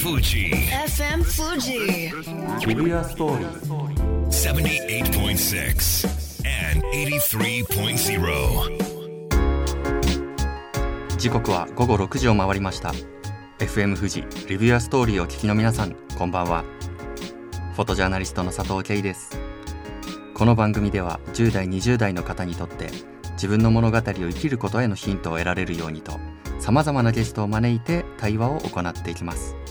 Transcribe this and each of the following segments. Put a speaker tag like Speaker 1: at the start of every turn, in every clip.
Speaker 1: Fuji
Speaker 2: FM Fuji
Speaker 3: 日比谷ストーリー
Speaker 1: 78.6 and 83.0。
Speaker 3: 時刻は午後6時を回りました。 FM 富士リビュアストーリーをお聞きの皆さん、こんばんは。フォトジャーナリストの佐藤圭です。この番組では10代20代の方にとって自分の物語を生きることへのヒントを得られるようにと、様々なゲストを招いて対話を行っていきます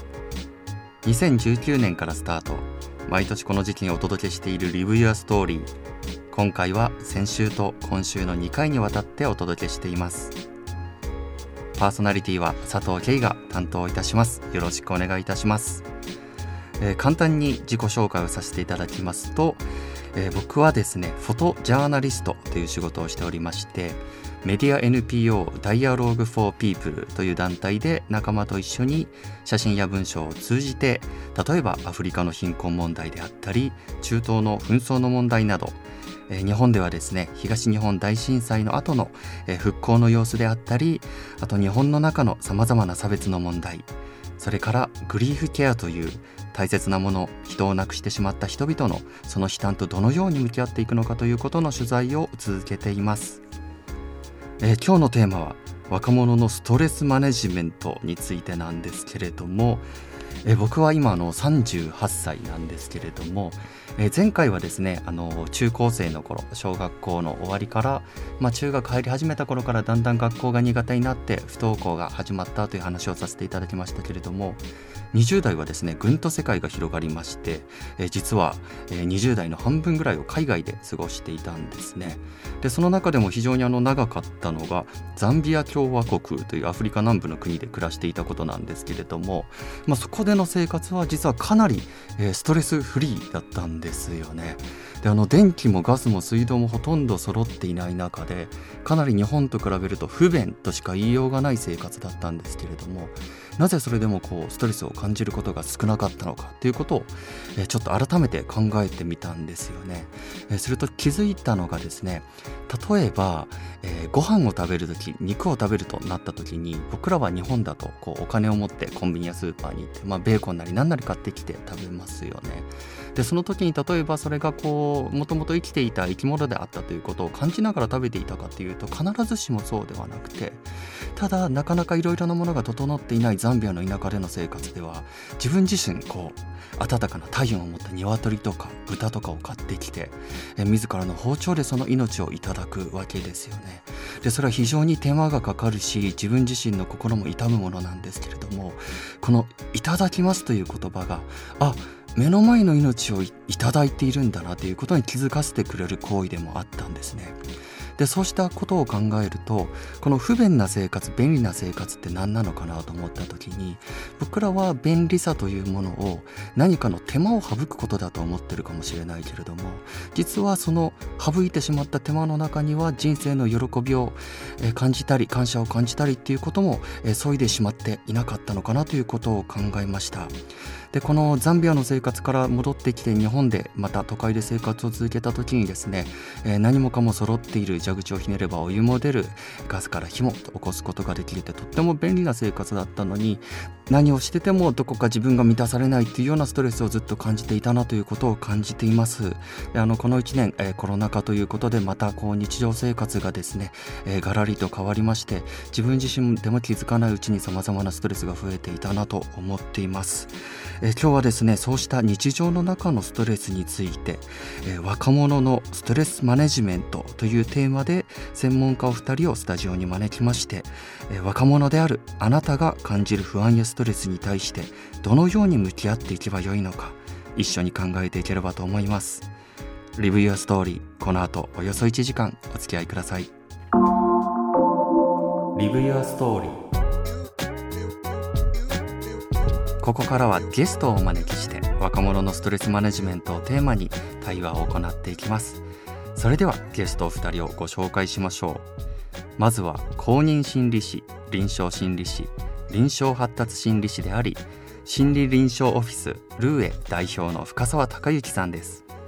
Speaker 3: 。2019年からスタート、毎年この時期にお届けしているリビュアストーリー。今回は先週と今週の2回にわたってお届けしています。パーソナリティは佐藤圭が担当いたします。よろしくお願いいたします。簡単に自己紹介をさせていただきますと、僕はですね、フォトジャーナリストという仕事をしておりまして、メディア NPO ダイアローグフォーピープルという団体で仲間と一緒に写真や文章を通じて、例えばアフリカの貧困問題であったり、中東の紛争の問題など、日本ではですね、東日本大震災の後の復興の様子であったり、あと日本の中のさまざまな差別の問題、それからグリーフケアという大切なもの、人を亡くしてしまった人々のその悲嘆とどのように向き合っていくのかということの取材を続けています。今日のテーマは若者のストレスマネジメントについてなんですけれども、僕は今38歳なんですけれども、前回はですね、中高生の頃、小学校の終わりから、中学入り始めた頃からだんだん学校が苦手になって不登校が始まったという話をさせていただきましたけれども、20代はですね、ぐんと世界が広がりまして、実は20代の半分ぐらいを海外で過ごしていたんですね。でその中でも非常に長かったのがザンビア共和国というアフリカ南部の国で暮らしていたことなんですけれども、そこでの生活は実はかなりストレスフリーだったんですよね。で電気もガスも水道もほとんど揃っていない中で、かなり日本と比べると不便としか言いようがない生活だったんですけれども、なぜそれでもストレスを感じることが少なかったのかということをちょっと改めて考えてみたんですよね。すると気づいたのがですね、例えばご飯を食べるとき、肉を食べるとなったときに、僕らは日本だとお金を持ってコンビニやスーパーに行って、ベーコンなり何なり買ってきて食べますよね。でその時に例えばそれがもともと生きていた生き物であったということを感じながら食べていたかというと、必ずしもそうではなくて、ただなかなかいろいろなものが整っていないザンビアの田舎での生活では、自分自身温かな体温を持った鶏とか豚とかを買ってきて、自らの包丁でその命をいただくわけですよね。でそれは非常に手間がかかるし、自分自身の心も痛むものなんですけれども、このいただきますという言葉が、目の前の命をいただいているんだなということに気づかせてくれる行為でもあったんですね。でそうしたことを考えると、この不便な生活、便利な生活って何なのかなと思った時に、僕らは便利さというものを何かの手間を省くことだと思ってるかもしれないけれども、実はその省いてしまった手間の中には人生の喜びを感じたり、感謝を感じたりっていうことも削いでしまっていなかったのかなということを考えました。でこのザンビアの生活から戻ってきて日本でまた都会で生活を続けた時にですね、何もかも揃っている、蛇口をひねればお湯も出る、ガスから火も起こすことができるってとっても便利な生活だったのに、何をしててもどこか自分が満たされないっていうようなストレスをずっと感じていたなということを感じています。でこの1年、コロナ禍ということでまた日常生活がですね、ガラリと変わりまして、自分自身でも気づかないうちに様々なストレスが増えていたなと思っています。今日はですね、そうした日常の中のストレスについて、若者のストレスマネジメントというテーマで専門家お二人をスタジオに招きまして、若者であるあなたが感じる不安やストレスに対してどのように向き合っていけばよいのか、一緒に考えていければと思います。リビュアストーリー、この後およそ1時間お付き合いください。リビュアストーリー。ここからはゲストをお招きして若者のストレスマネジメントをテーマに対話を行っていきます。それではゲストお二人をご紹介しましょう。まずは公認心理師、臨床心理師、臨床発達心理師であり、心理臨床オフィスルーエ代表の深澤隆之さんです。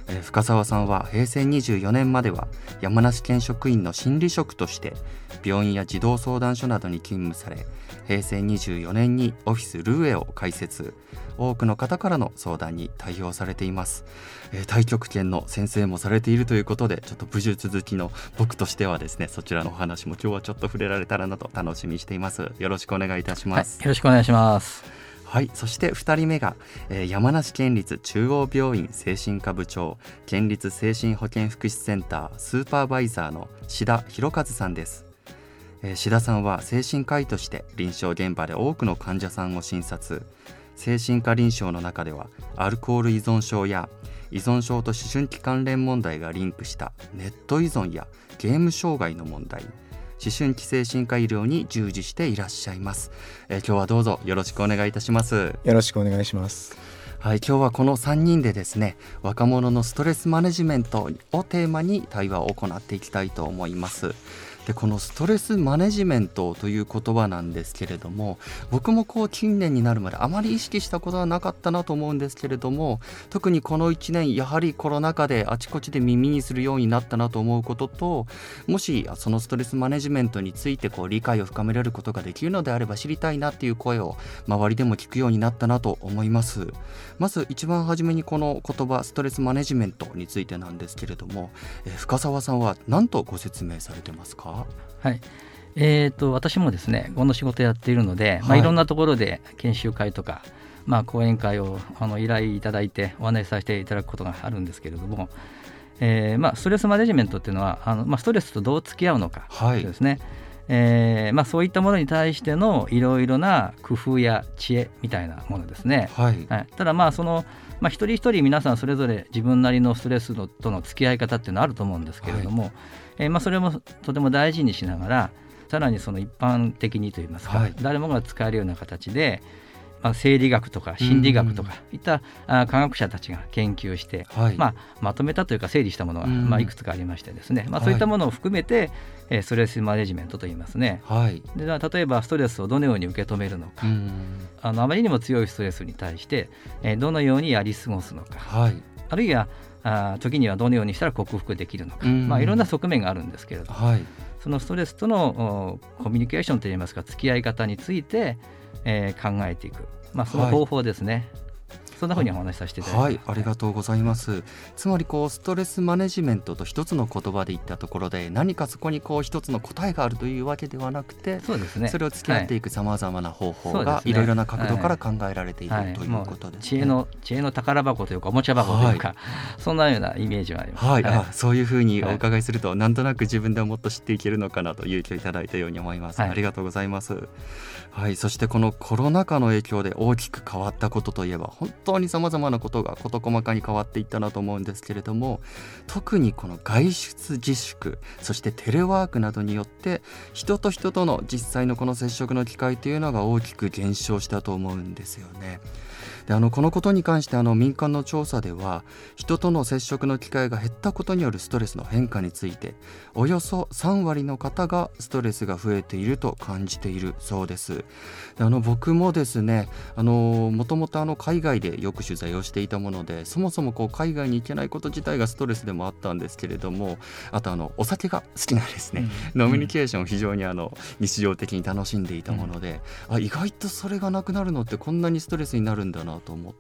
Speaker 3: 深澤さんは平成24年までは山梨県職員の心理職として病院や児童相談所などに勤務され、平成24年にオフィスルーエを開設、多くの方からの相談に対応されています。太極拳の先生もされているということで、ちょっと武術好きの僕としてはですね、そちらのお話も今日はちょっと触れられたらなと楽しみにしています。よろしくお願いいたします。
Speaker 4: はい、よろしくお願いします。
Speaker 3: はい、そして2人目が、山梨県立中央病院精神科部長、県立精神保健福祉センタースーパーバイザーの志田博和さんです。志田さんは精神科医として臨床現場で多くの患者さんを診察、精神科臨床の中ではアルコール依存症や依存症と思春期関連問題がリンクしたネット依存やゲーム障害の問題、思春期精神科医療に従事していらっしゃいます。今日はどうぞよろしくお願いいたします。
Speaker 5: よろしくお願いします。
Speaker 3: はい、今日はこの3人でですね、若者のストレスマネジメントをテーマに対話を行っていきたいと思います。で、このストレスマネジメントという言葉なんですけれども、僕も近年になるまであまり意識したことはなかったなと思うんですけれども、特にこの1年やはりコロナ禍であちこちで耳にするようになったなと思うことと、もしそのストレスマネジメントについて理解を深められることができるのであれば知りたいなっていう声を周りでも聞くようになったなと思います。まず一番初めにこの言葉ストレスマネジメントについてなんですけれども、深澤さんは何とご説明されてますか？
Speaker 4: はい、私もですねこの仕事やっているので、いろんなところで研修会とか、講演会を依頼いただいてお話しさせていただくことがあるんですけれども、ストレスマネジメントっていうのはストレスとどう付き合うのかですね、そういったものに対してのいろいろな工夫や知恵みたいなものですね。ただ一人一人皆さんそれぞれ自分なりのストレスとの付き合い方っていうのはあると思うんですけれども、それもとても大事にしながら、さらにその一般的にといいますか、誰もが使えるような形で、生理学とか心理学とかいった科学者たちが研究して、まとめたというか整理したものがいくつかありましてですね、そういったものを含めてストレスマネジメントといいますね。で例えばストレスをどのように受け止めるのか、あまりにも強いストレスに対してどのようにやり過ごすのか、あるいは時にはどのようにしたら克服できるのか、いろんな側面があるんですけれども、そのストレスとのコミュニケーションといいますか付き合い方について考えていく、その方法ですね。そんなふうにお話しさせていただきます。
Speaker 3: ありがとうございます。つまりストレスマネジメントと一つの言葉で言ったところで、何かそこに一つの答えがあるというわけではなくて、それを付き合っていくさまざまな方法がいろいろな角度から考えられているということですね。
Speaker 4: 知恵の宝箱というかおもちゃ箱というか、そんなようなイメージはあります。
Speaker 3: そういうふうにお伺いすると、なんとなく自分でもっと知っていけるのかなと勇気をいただいたように思います。ありがとうございます。そしてこのコロナ禍の影響で大きく変わったことといえば、本当にさまざまなことが事細かに変わっていったなと思うんですけれども、特にこの外出自粛、そしてテレワークなどによって人と人との実際のこの接触の機会というのが大きく減少したと思うんですよね。でこのことに関して民間の調査では、人との接触の機会が減ったことによるストレスの変化について、およそ3割の方がストレスが増えていると感じているそうです。で僕もですね、もともと海外でよく取材をしていたもので、そもそも海外に行けないこと自体がストレスでもあったんですけれども、あとお酒が好きなですね、ノミニケーションを非常に日常的に楽しんでいたもので、意外とそれがなくなるのってこんなにストレスになるんだなと思って、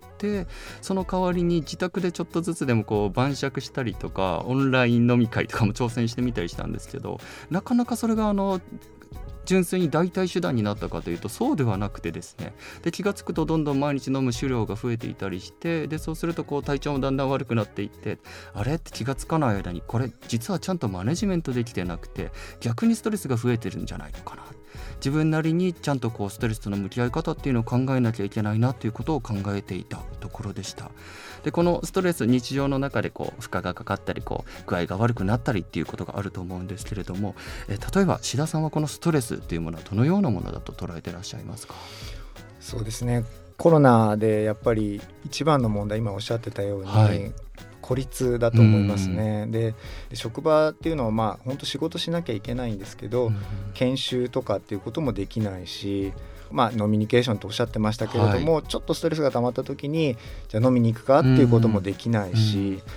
Speaker 3: その代わりに自宅でちょっとずつでも晩酌したりとか、オンライン飲み会とかも挑戦してみたりしたんですけど、なかなかそれが純粋に代替手段になったかというとそうではなくてですね、で気がつくとどんどん毎日飲む酒量が増えていたりして、でそうすると体調もだんだん悪くなっていって、あれって気がつかない間にこれ実はちゃんとマネジメントできてなくて、逆にストレスが増えてるんじゃないのかな、自分なりにちゃんとストレスとの向き合い方っていうのを考えなきゃいけないなということを考えていたところでした。でこのストレス、日常の中で負荷がかかったり具合が悪くなったりっていうことがあると思うんですけれども、例えば志田さんはこのストレスというものはどのようなものだと捉えていらっしゃいますか？
Speaker 5: そうですね、コロナでやっぱり一番の問題、今おっしゃってたように、孤立だと思いますね。で職場っていうのは本当仕事しなきゃいけないんですけど、研修とかっていうこともできないし、ノミニケーションとおっしゃってましたけれども、ちょっとストレスが溜まった時にじゃあ飲みに行くかっていうこともできないし、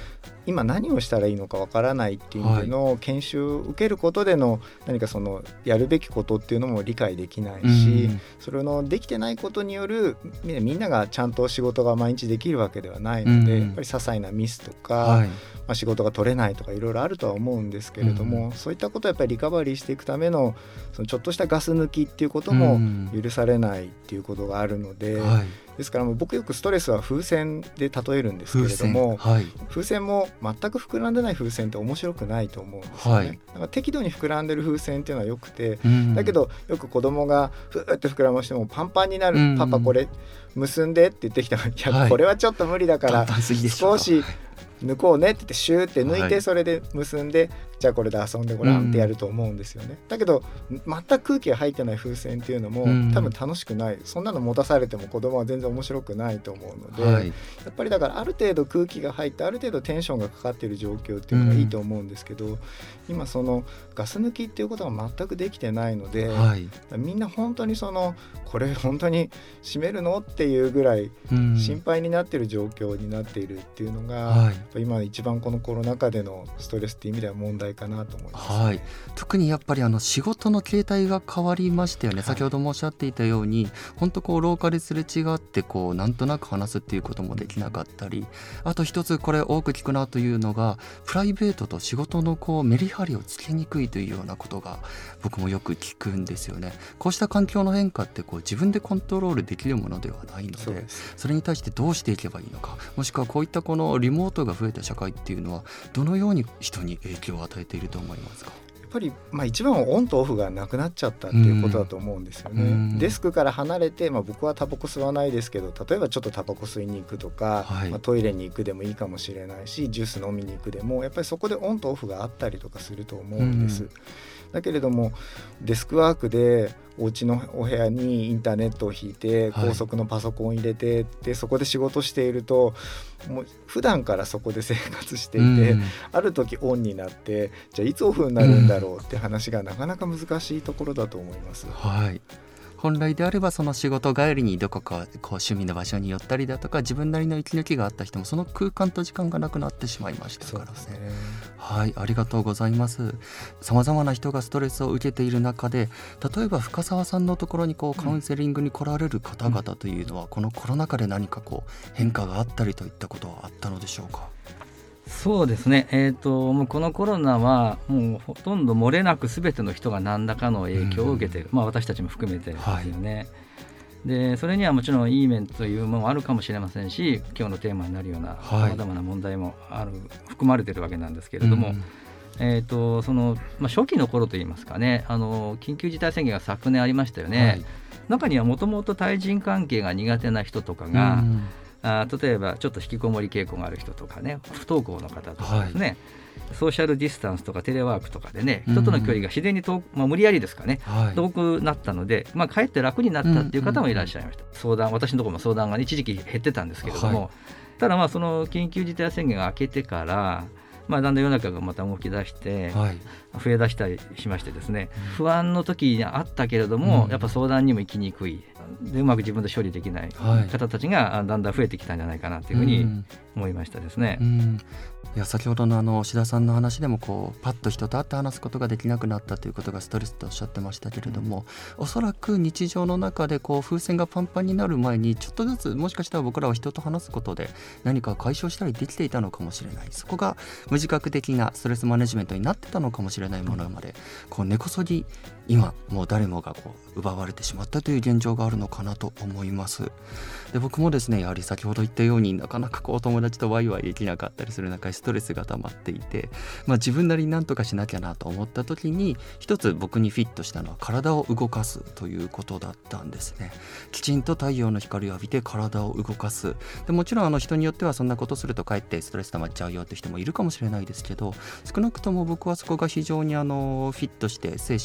Speaker 5: 今何をしたらいいのかわからないっていう意味での研修を受けることでの何かそのやるべきことっていうのも理解できないし、それのできてないことによるみんながちゃんと仕事が毎日できるわけではないので、やっぱり些細なミスとか、仕事が取れないとかいろいろあるとは思うんですけれども、そういったことをやっぱりリカバリーしていくためのそのちょっとしたガス抜きっていうことも許されないっていうことがあるので、ですからもう僕よくストレスは風船で例えるんですけれども、風船も全く膨らんでない風船って面白くないと思うんですよね。だから適度に膨らんでる風船っていうのはよくて、だけどよく子供がふーって膨らましてもパンパンになる、パパこれ結んでって言ってきたら、いやこれはちょっと無理だから少し抜こうねって言ってシューって抜いて、それで結んで、じゃあこれで遊んでごらんってやると思うんですよね。だけど全く空気が入ってない風船っていうのも多分楽しくない、そんなの持たされても子供は全然面白くないと思うので、やっぱりだからある程度空気が入ってある程度テンションがかかっている状況っていうのがいいと思うんですけど、今そのガス抜きっていうことが全くできてないので、みんな本当にそのこれ本当に閉めるのっていうぐらい心配になっている状況になっているっていうのが、今一番このコロナ禍でのストレスっていう意味では問題かなと思います、
Speaker 3: 特にやっぱり仕事の形態が変わりましたよね。先ほどもおっしゃっていたように、本当こう廊下ですれ違ってなんとなく話すっていうこともできなかったり、あと一つこれ多く聞くなというのが、プライベートと仕事のメリハリをつけにくいというようなことが僕もよく聞くんですよね。こうした環境の変化って自分でコントロールできるものではないので、それに対してどうしていけばいいのか、もしくはこういったこのリモートが増えた社会っていうのはどのように人に影響を与えていると思いますか？
Speaker 5: やっぱり一番はオンとオフがなくなっちゃったっていうことだと思うんですよね。デスクから離れて、僕はタバコ吸わないですけど、例えばちょっとタバコ吸いに行くとか、トイレに行くでもいいかもしれないし、ジュース飲みに行くでもやっぱりそこでオンとオフがあったりとかすると思うんです。だけれどもデスクワークでお家のお部屋にインターネットを引いて高速のパソコンを入れて、でそこで仕事していると、もう普段からそこで生活していて、ある時オンになって、じゃあいつオフになるんだろうって話がなかなか難しいところだと思います。
Speaker 3: 本来であればその仕事帰りにどこか趣味の場所に寄ったりだとか、自分なりの息抜きがあった人もその空間と時間がなくなってしまいましたからね。ありがとうございます。さまざまな人がストレスを受けている中で、例えば深澤さんのところにカウンセリングに来られる方々というのは、このコロナ禍で何か変化があったりといったことはあったのでしょうか？
Speaker 4: そうですね、もうこのコロナはもうほとんど漏れなく全ての人が何らかの影響を受けている、私たちも含めてですよね。でそれにはもちろんいい面というものもあるかもしれませんし、今日のテーマになるようなさまざまな問題も含まれているわけなんですけれども、その初期の頃といいますかね、緊急事態宣言が昨年ありましたよね。中にはもともと対人関係が苦手な人とかが、例えばちょっと引きこもり傾向がある人とかね、不登校の方とかですね、ソーシャルディスタンスとかテレワークとかでね、人との距離が自然に無理やりですかね、遠くなったので、かえって楽になったっていう方もいらっしゃいました。私のところも相談が一時期減ってたんですけれども、ただその緊急事態宣言が明けてからだんだん世の中がまた動き出して、増え出したりしましてですね、不安の時にあったけれども、やっぱ相談にも行きにくいで、うまく自分で処理できない方たちがだんだん増えてきたんじゃないかなというふうに思いましたですね。
Speaker 3: いや、先ほどの志田さんの話でもパッと人と会って話すことができなくなったということがストレスとおっしゃってましたけれども、おそらく日常の中で風船がパンパンになる前にちょっとずつもしかしたら僕らは人と話すことで何か解消したりできていたのかもしれない、そこが無自覚的なストレスマネジメントになってたのかもしれないものまで根こそぎ今もう誰もが奪われてしまったという現状があるのかなと思います。で僕もですね、やはり先ほど言ったようになかなか友達とワイワイできなかったりする中でストレスが溜まっていて、自分なりに何とかしなきゃなと思った時に一つ僕にフィットしたのは体を動かすということだったんですね。きちんと太陽の光を浴びて体を動かす。でもちろん人によってはそんなことするとかえってストレス溜まっちゃうよって人もいるかもしれないですけど、少なくとも僕はそこが非常にフィットして精神が落ち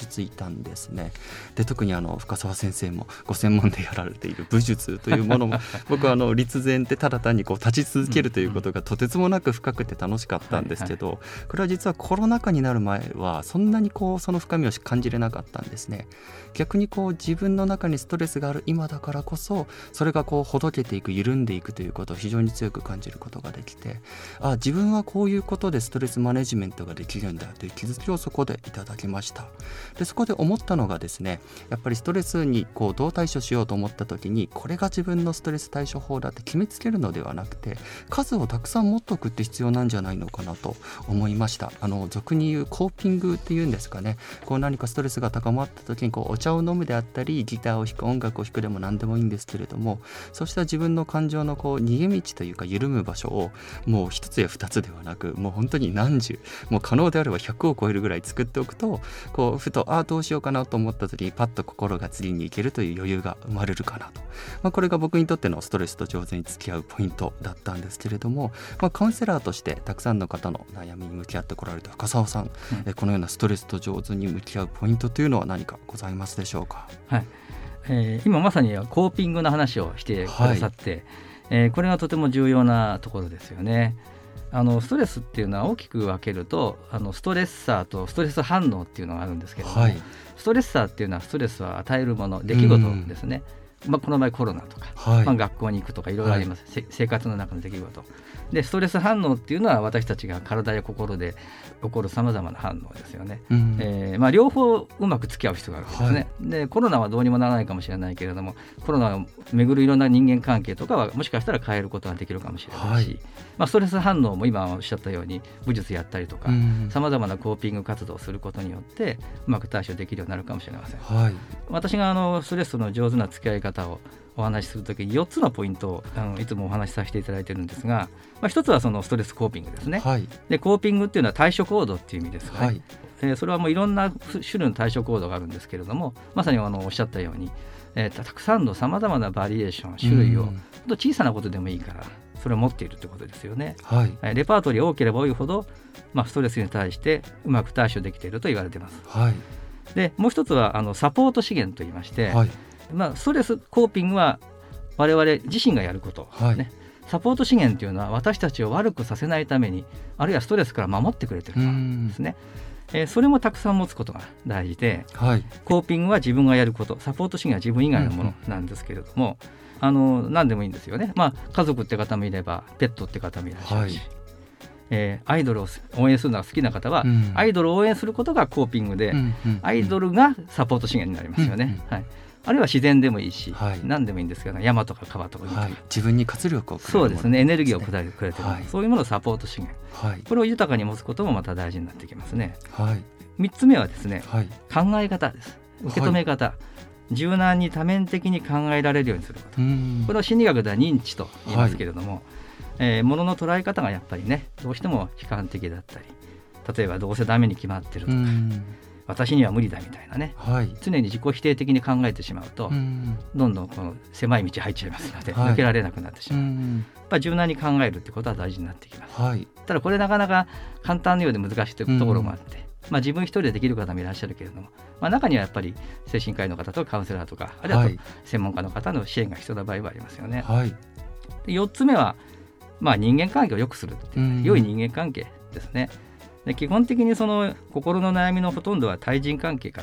Speaker 3: き着いたんですね。で特に深澤先生もご専門でやられている武術というものも僕は立前ってただ単に立ち続けるということがとてつもなく深くて楽しかったんですけど、これは実はコロナ禍になる前はそんなにその深みを感じれなかったんですね。逆に自分の中にストレスがある今だからこそそれがほどけていく緩んでいくということを非常に強く感じることができて、自分はこういうことでストレスマネジメントができるんだという気づきをそこでいただきました。でそこで思ったのがですね、やっぱりストレスにどう対処しようと思った時にこれが自分のストレス対処法だって決めつけるのではなくて数をたくさん持っておくって必要なんじゃないのかなと思いました。俗に言うコーピングっていうんですかね、何かストレスが高まった時にお茶を飲むであったりギターを弾く音楽を弾くでも何でもいいんですけれども、そうした自分の感情の逃げ道というか緩む場所をもう一つや二つではなくもう本当に何十もう可能であれば100を超えるぐらい作っておくとふとどうしようかなと思った時にパッと心が次に行けるという余裕が生まれるかなと、これが僕にとってのストレスと上手に付き合うポイントだったんですけれども、カウンセラーとしてたくさんの方の悩みに向き合ってこられた深澤さん、このようなストレスと上手に向き合うポイントというのは何かございますでしょうか。
Speaker 4: はい、今まさにコーピングの話をしてくださって、これがとても重要なところですよね。ストレスっていうのは大きく分けるとストレッサーとストレス反応っていうのがあるんですけれども、ストレッサーっていうのはストレスを与えるもの出来事ですね。この場合コロナとか、学校に行くとかいろいろあります、生活の中の出来事で、ストレス反応っていうのは私たちが体や心で起こるさまざまな反応ですよね。両方うまく付き合う必要があるんですね。でコロナはどうにもならないかもしれないけれども、コロナを巡るいろんな人間関係とかはもしかしたら変えることができるかもしれないし、ストレス反応も今おっしゃったように武術やったりとかさまざまなコーピング活動をすることによってうまく対処できるようになるかもしれません。私がストレスとの上手な付き合い方をお話しするときに4つのポイントをいつもお話しさせていただいているんですが、一つはそのストレスコーピングですね。でコーピングっていうのは対処行動っていう意味ですからね。それはもういろんな種類の対処行動があるんですけれども、まさにおっしゃったように、たくさんのさまざまなバリエーション種類を小さなことでもいいからそれを持っているってことですよね。レパートリー多ければ多いほど、ストレスに対してうまく対処できていると言われています。でもう一つはサポート資源といいまして、ストレスコーピングは我々自身がやることね。サポート資源というのは私たちを悪くさせないために、あるいはストレスから守ってくれているからですね。それもたくさん持つことが大事で、コーピングは自分がやること、サポート資源は自分以外のものなんですけれども、何でもいいんですよね。家族って方もいればペットって方もいらっしゃるし、アイドルを応援するのが好きな方は、アイドルを応援することがコーピングで、アイドルがサポート資源になりますよね。あるいは自然でもいいし、何でもいいんですけど、山とか川とか海とか、
Speaker 3: 自分に活力をくれる
Speaker 4: そうですね、エネルギーをくれている、そういうものをサポート資源、これを豊かに持つこともまた大事になってきますね。3つ目はですね、考え方です。受け止め方、柔軟に多面的に考えられるようにすること、これを心理学では認知と言いますけれども、ものの捉え方がやっぱりね、どうしても悲観的だったり、例えばどうせダメに決まってるとか、私には無理だみたいなね、常に自己否定的に考えてしまうと、どんどんこの狭い道入っちゃいますので、抜けられなくなってしまう。やっぱり柔軟に考えるってことは大事になってきます。ただこれなかなか簡単のようで難しいというところもあって、自分一人でできる方もいらっしゃるけれども、中にはやっぱり精神科医の方とかカウンセラーとか、あるいは専門家の方の支援が必要な場合はありますよね。4つ目は、人間関係を良くするっていう、良い人間関係ですね。で基本的にその心の悩みのほとんどは対人関係から、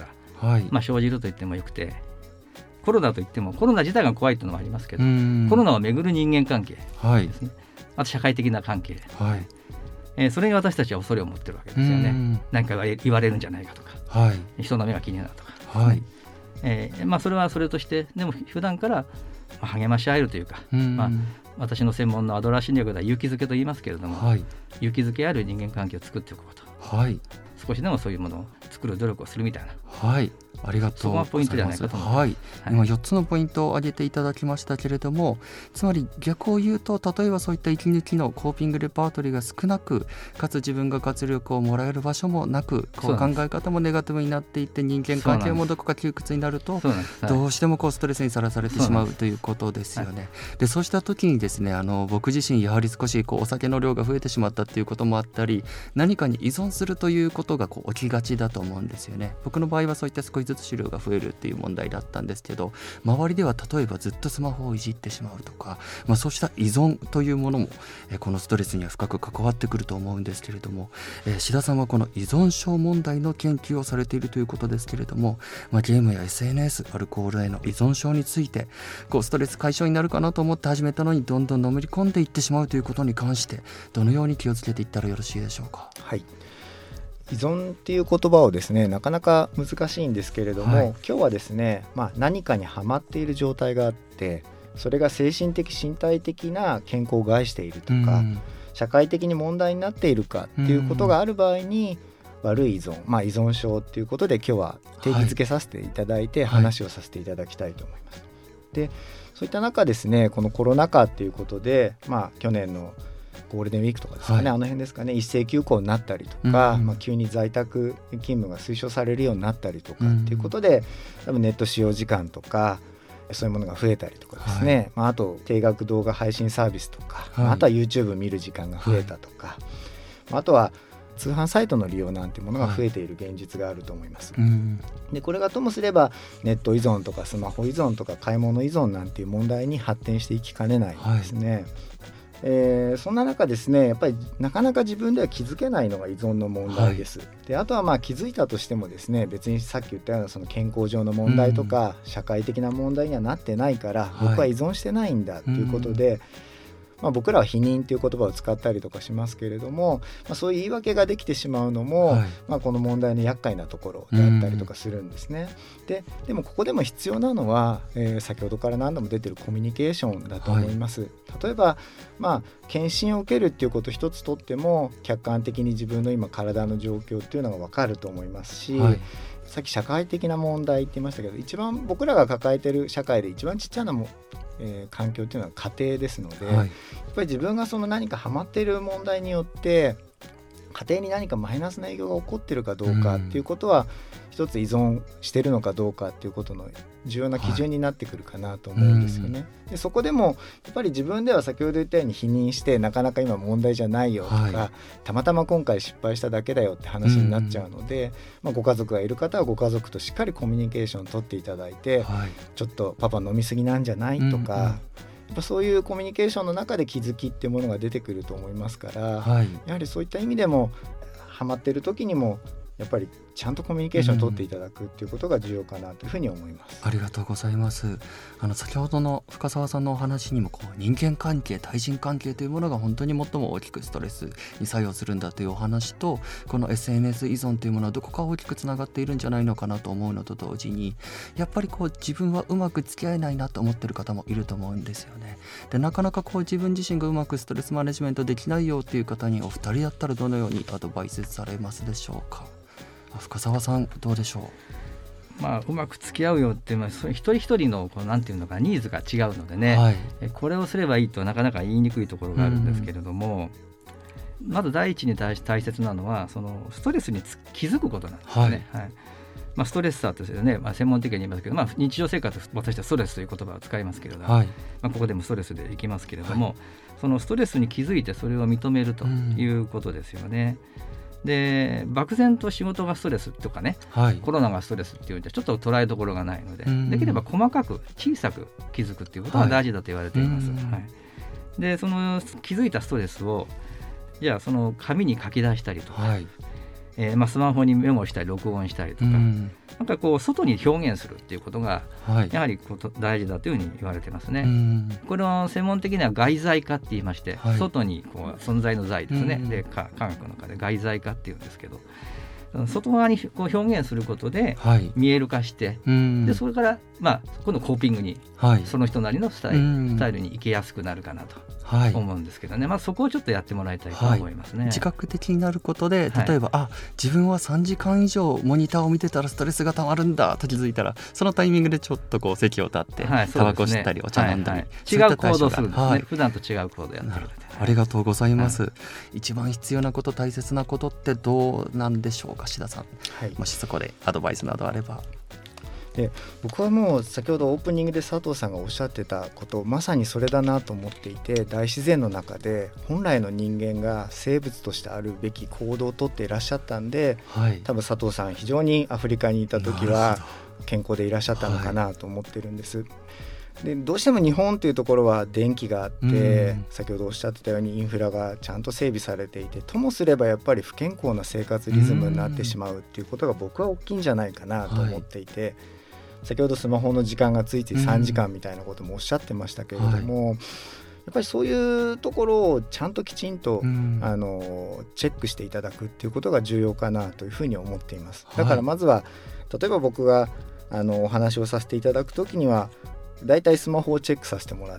Speaker 4: 生じると言ってもよくて、コロナといってもコロナ自体が怖いというのもありますけど、コロナをめぐる人間関係ですね。あと社会的な関係、それに私たちは恐れを持ってるわけですよね。何か言われるんじゃないかとか、人の目が気になるとか、それはそれとして、でも普段から励まし合えるというか、私の専門のアドラー心理学では勇気づけと言いますけれども、勇気づけある人間関係を作っておくこと、少しでもそういうものを作る努力をするみたいな、
Speaker 3: ありがとうございます。そこがポイントじゃないかと思います。今4つのポイントを挙げていただきましたけれども、つまり逆を言うと、例えばそういった息抜きのコーピングレパートリーが少なく、かつ自分が活力をもらえる場所もなく、考え方もネガティブになっていって、人間関係もどこか窮屈になると、どうしてもストレスにさらされてしまうということですよね。でそうした時にですね、僕自身やはり少しお酒の量が増えてしまったということもあったり、何かに依存するということことが起きがちだと思うんですよね。僕の場合はそういった少しずつ資料が増えるっていう問題だったんですけど、周りでは例えばずっとスマホをいじってしまうとか、そうした依存というものもこのストレスには深く関わってくると思うんですけれども、志田さんはこの依存症問題の研究をされているということですけれども、ゲームや SNS、 アルコールへの依存症についてストレス解消になるかなと思って始めたのにどんどんのめり込んでいってしまうということに関してどのように気をつけていったらよろしいでしょうか。
Speaker 5: はい、依存っていう言葉をですね、なかなか難しいんですけれども、今日はですね、何かにはまっている状態があって、それが精神的身体的な健康を害しているとか、社会的に問題になっているかっていうことがある場合に、悪い依存、依存症っていうことで今日は定義づけさせていただいて話をさせていただきたいと思います。で、そういった中ですね、このコロナ禍っていうことで、去年のゴールデンウィークとかですかね、あの辺ですかね、一斉休校になったりとか、急に在宅勤務が推奨されるようになったりとかっていうことで、多分ネット使用時間とかそういうものが増えたりとかですね、あと定額動画配信サービスとか、あとは YouTube 見る時間が増えたとか、あとは通販サイトの利用なんてものが増えている現実があると思います。で、これがともすればネット依存とかスマホ依存とか買い物依存なんていう問題に発展していきかねないんですね。そんな中ですね、やっぱりなかなか自分では気づけないのが依存の問題です。で、あとは気づいたとしてもですね、別にさっき言ったようなその健康上の問題とか、社会的な問題にはなってないから、僕は依存してないんだということで、僕らは否認という言葉を使ったりとかしますけれども、そういう言い訳ができてしまうのも、この問題の厄介なところであったりとかするんですね。でもここでも必要なのは、先ほどから何度も出ているコミュニケーションだと思います。例えば、検診を受けるっていうこと一つとっても客観的に自分の今体の状況っていうのが分かると思いますし、さっき社会的な問題って言いましたけど、一番僕らが抱えている社会で一番ちっちゃな環境というのは家庭ですので、やっぱり自分がその何かハマっている問題によって家庭に何かマイナスな影響が起こっているかどうかっていうことは、一つ依存しているのかどうかっていうことの重要な基準になってくるかなと思うんですよね。で、そこでもやっぱり自分では先ほど言ったように否認してなかなか今問題じゃないよとか、たまたま今回失敗しただけだよって話になっちゃうので、ご家族がいる方はご家族としっかりコミュニケーションを取っていただいて、ちょっとパパ飲みすぎなんじゃないとか、やっぱそういうコミュニケーションの中で気づきっていうものが出てくると思いますから、やはりそういった意味でもハマっている時にもやっぱりちゃんとコミュニケーションを取っていただくっていうことが重要かなというふうに思います。
Speaker 3: ありがとうございます。先ほどの深澤さんのお話にも人間関係、対人関係というものが本当に最も大きくストレスに作用するんだというお話と、この SNS 依存というものはどこか大きくつながっているんじゃないのかなと思うのと同時に、やっぱり自分はうまく付き合えないなと思っている方もいると思うんですよね。で、なかなか自分自身がうまくストレスマネジメントできないよという方にお二人だったらどのようにアドバイスされますでしょうか。深澤さんどうでしょう。
Speaker 4: うまく付き合うよって一人一人のなんていうのかニーズが違うのでね、これをすればいいとなかなか言いにくいところがあるんですけれども、まず第一に大切なのはそのストレスに気づくことなんですね。ストレッサーとしてね、専門的に言いますけど、日常生活私はストレスという言葉を使いますけれども、ここでもストレスでいきますけれども、そのストレスに気づいてそれを認めるということですよね。で、漠然と仕事がストレスとかね、コロナがストレスっていうのはちょっと捉えどころがないので、できれば細かく小さく気づくっていうことが大事だと言われています。で、その気づいたストレスをじゃあその紙に書き出したりとか、スマホにメモしたり録音したりとか、なんか外に表現するっていうことがやはり大事だというふうに言われてますね。これは専門的には外在化って言いまして、外に存在の在ですね。で、科学の中で外在化っていうんですけど、外側に表現することで見える化して、でそれから今度コーピングに、その人なりのスタイルに行けやすくなるかなと思うんですけどね、そこをちょっとやってもらいたいと思いますね。
Speaker 3: 自覚的になることで、例えば、自分は3時間以上モニターを見てたらストレスがたまるんだと気づいたら、そのタイミングでちょっと席を立ってタバコ吸ったりお茶飲んだり、
Speaker 4: 違う行動するんですね。普段と違う行動やってる。
Speaker 3: ありがとうございます。一番必要なこと、大切なことってどうなんでしょうか、志田さん。もしそこでアドバイスなどあれば。
Speaker 5: で僕はもう先ほどオープニングで佐藤さんがおっしゃってたことまさにそれだなと思っていて、大自然の中で本来の人間が生物としてあるべき行動をとっていらっしゃったんで、多分佐藤さん非常にアフリカにいた時は健康でいらっしゃったのかなと思ってるんです。でどうしても日本というところは電気があって、先ほどおっしゃってたようにインフラがちゃんと整備されていて、ともすればやっぱり不健康な生活リズムになってしまうっていうことが僕は大きいんじゃないかなと思っていて、先ほどスマホの時間がついて3時間みたいなこともおっしゃってましたけれども、やっぱりそういうところをちゃんときちんと、チェックしていただくっていうことが重要かなというふうに思っています。だからまずは例えば僕がお話をさせていただくときにはだいたいスマホをチェックさせてもらって、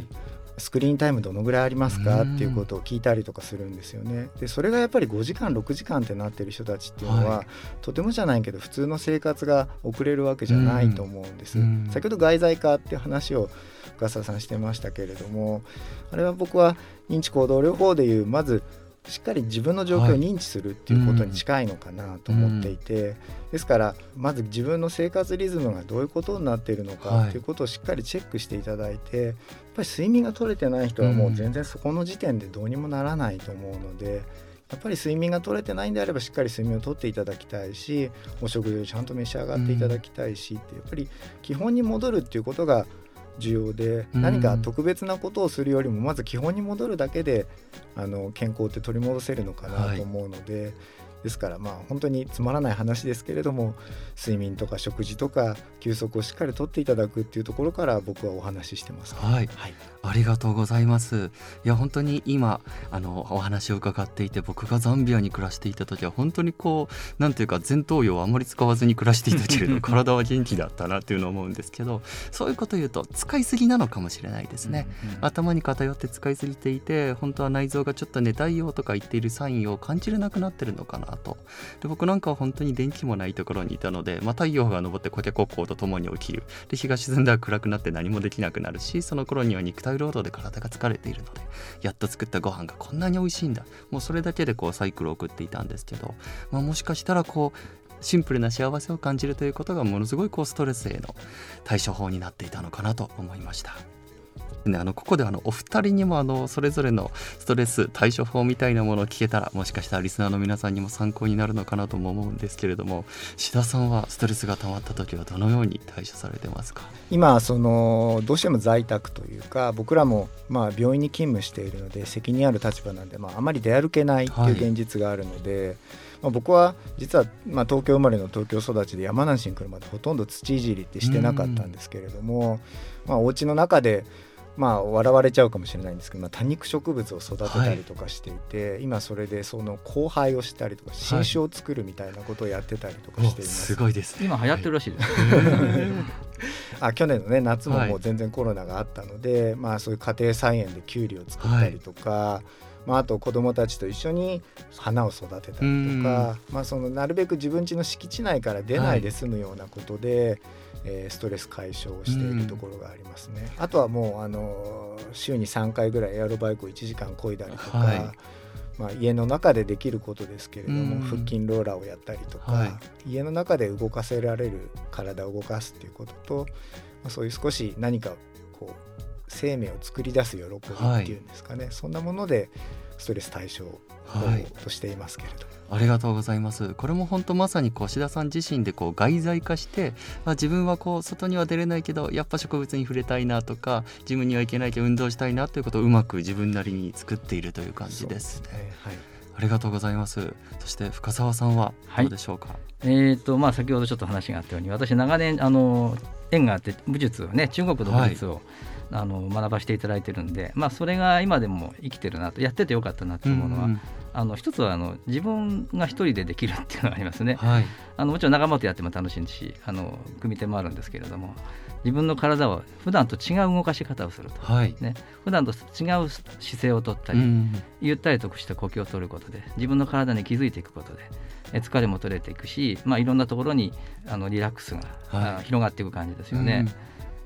Speaker 5: スクリーンタイムどのぐらいありますかっていうことを聞いたりとかするんですよね。でそれがやっぱり5時間6時間ってなってる人たちっていうのは、とてもじゃないけど普通の生活が送れるわけじゃないと思うんです。先ほど外在化っていう話を深澤さんしてましたけれども、あれは僕は認知行動療法でいうまずしっかり自分の状況を認知するっていうことに近いのかなと思っていて、ですからまず自分の生活リズムがどういうことになっているのかっていうことをしっかりチェックしていただいて、やっぱり睡眠が取れてない人はもう全然そこの時点でどうにもならないと思うので、やっぱり睡眠が取れてないんであればしっかり睡眠をとっていただきたいし、お食事をちゃんと召し上がっていただきたいしってやっぱり基本に戻るっていうことが重要で、何か特別なことをするよりもまず基本に戻るだけで健康って取り戻せるのかなと思うので、ですから本当につまらない話ですけれども、睡眠とか食事とか休息をしっかりとっていただくっていうところから僕はお話ししてます。
Speaker 3: ありがとうございます。いや本当に今お話を伺っていて、僕がザンビアに暮らしていた時は本当になんていうか前頭葉をあまり使わずに暮らしていたけれど体は元気だったなっていうのを思うんですけど、そういうことを言うと使いすぎなのかもしれないですね。頭に偏って使いすぎていて、本当は内臓がちょっと寝たいよとか言っているサインを感じれなくなってるのかなと。で僕なんかは本当に電気もないところにいたので、太陽が昇ってコケコッコーとともに起きる。で日が沈んだら暗くなって何もできなくなるし、その頃には肉体労働で体が疲れているので、やっと作ったご飯がこんなに美味しいんだ、もうそれだけでサイクルを送っていたんですけど、もしかしたらシンプルな幸せを感じるということがものすごいストレスへの対処法になっていたのかなと思いました。ここでお二人にもそれぞれのストレス対処法みたいなものを聞けたら、もしかしたらリスナーの皆さんにも参考になるのかなとも思うんですけれども、志田さんはストレスが溜まった時はどのように対処されてますか？
Speaker 5: 今どうしても在宅というか、僕らも病院に勤務しているので責任ある立場なんで、あまり出歩けないっていう現実があるので、僕は実は東京生まれの東京育ちで山梨に来るまでほとんど土いじりってしてなかったんですけれども、お家の中で笑われちゃうかもしれないんですけど、多肉植物を育てたりとかしていて、今それでその交配をしたりとか新種を作るみたいなことをやってたりとかしています。
Speaker 3: すごいですね。
Speaker 4: 今流行ってるらしいです、
Speaker 5: 去年の、夏ももう全然コロナがあったので、そういう家庭菜園でキュウリを作ったりとか、あと子どもたちと一緒に花を育てたりとか、なるべく自分家の敷地内から出ないで済むようなことで、ストレス解消をしているところがありますね。あとはもう週に3回ぐらいエアロバイクを1時間漕いだりとか、家の中でできることですけれども、腹筋ローラーをやったりとか、家の中で動かせられる体を動かすっていうことと、そういう少し何か生命を作り出す喜びっていうんですかね、そんなものでストレス対処としていますけれども、
Speaker 3: ありがとうございます。これも本当まさに志田さん自身で外在化して、自分は外には出れないけどやっぱ植物に触れたいなとか、ジムには行けないけど運動したいなということをうまく自分なりに作っているという感じですね。ありがとうございます。そして深澤さんはどうでしょうか？
Speaker 4: 先ほどちょっと話があったように、私長年縁があって武術をね、中国の武術を、学ばせていただいてるんで、それが今でも生きてるなと、やっててよかったなと思うのは、一つは自分が一人でできるっていうのがありますね。もちろん仲間とやっても楽しいし、組み手もあるんですけれども、自分の体を普段と違う動かし方をすると、普段と違う姿勢をとったり、ゆったりとした呼吸を取ることで自分の体に気づいていくことで疲れも取れていくし、いろんなところにリラックスが、広がっていく感じですよね。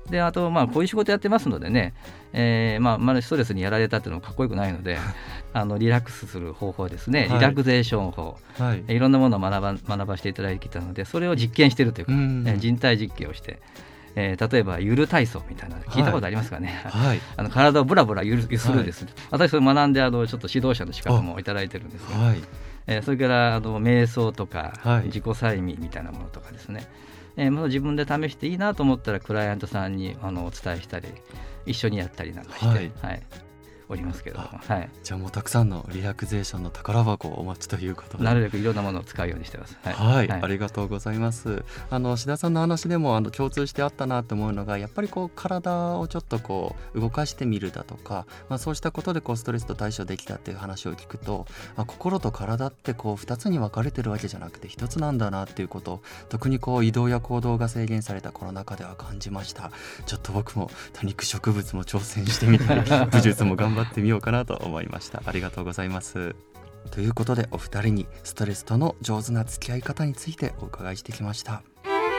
Speaker 4: であとこういう仕事やってますのでね、まだストレスにやられたっていうのもかっこよくないのでリラックスする方法ですね、リラクゼーション法、いろんなものを学ばせていただいてきたので、それを実験しているというか、人体実験をして、例えばゆる体操みたいな聞いたことありますかね、体をブラブラゆするですね、私それ学んでちょっと指導者の資格もいただいてるんですが、それから瞑想とか、自己催眠みたいなものとかですね、まだ自分で試していいなと思ったらクライアントさんにお伝えしたり一緒にやったりなんかして、おりますけれども、
Speaker 3: じゃあもうたくさんのリラクゼーションの宝箱をお待ちということで、
Speaker 4: なるべくいろんなものを使うようにしてます。
Speaker 3: ありがとうございます。志田さんの話でも共通してあったなと思うのが、やっぱり体をちょっと動かしてみるだとか、そうしたことでストレスと対処できたっていう話を聞くと、心と体って2つに分かれてるわけじゃなくて一つなんだなっていうことを、特に移動や行動が制限されたコロナ禍では感じました。ちょっと僕も多肉植物も挑戦してみたり武術も頑張ってみようかなと思いました。ありがとうございます。ということでお二人にストレスとの上手な付き合い方についてお伺いしてきました。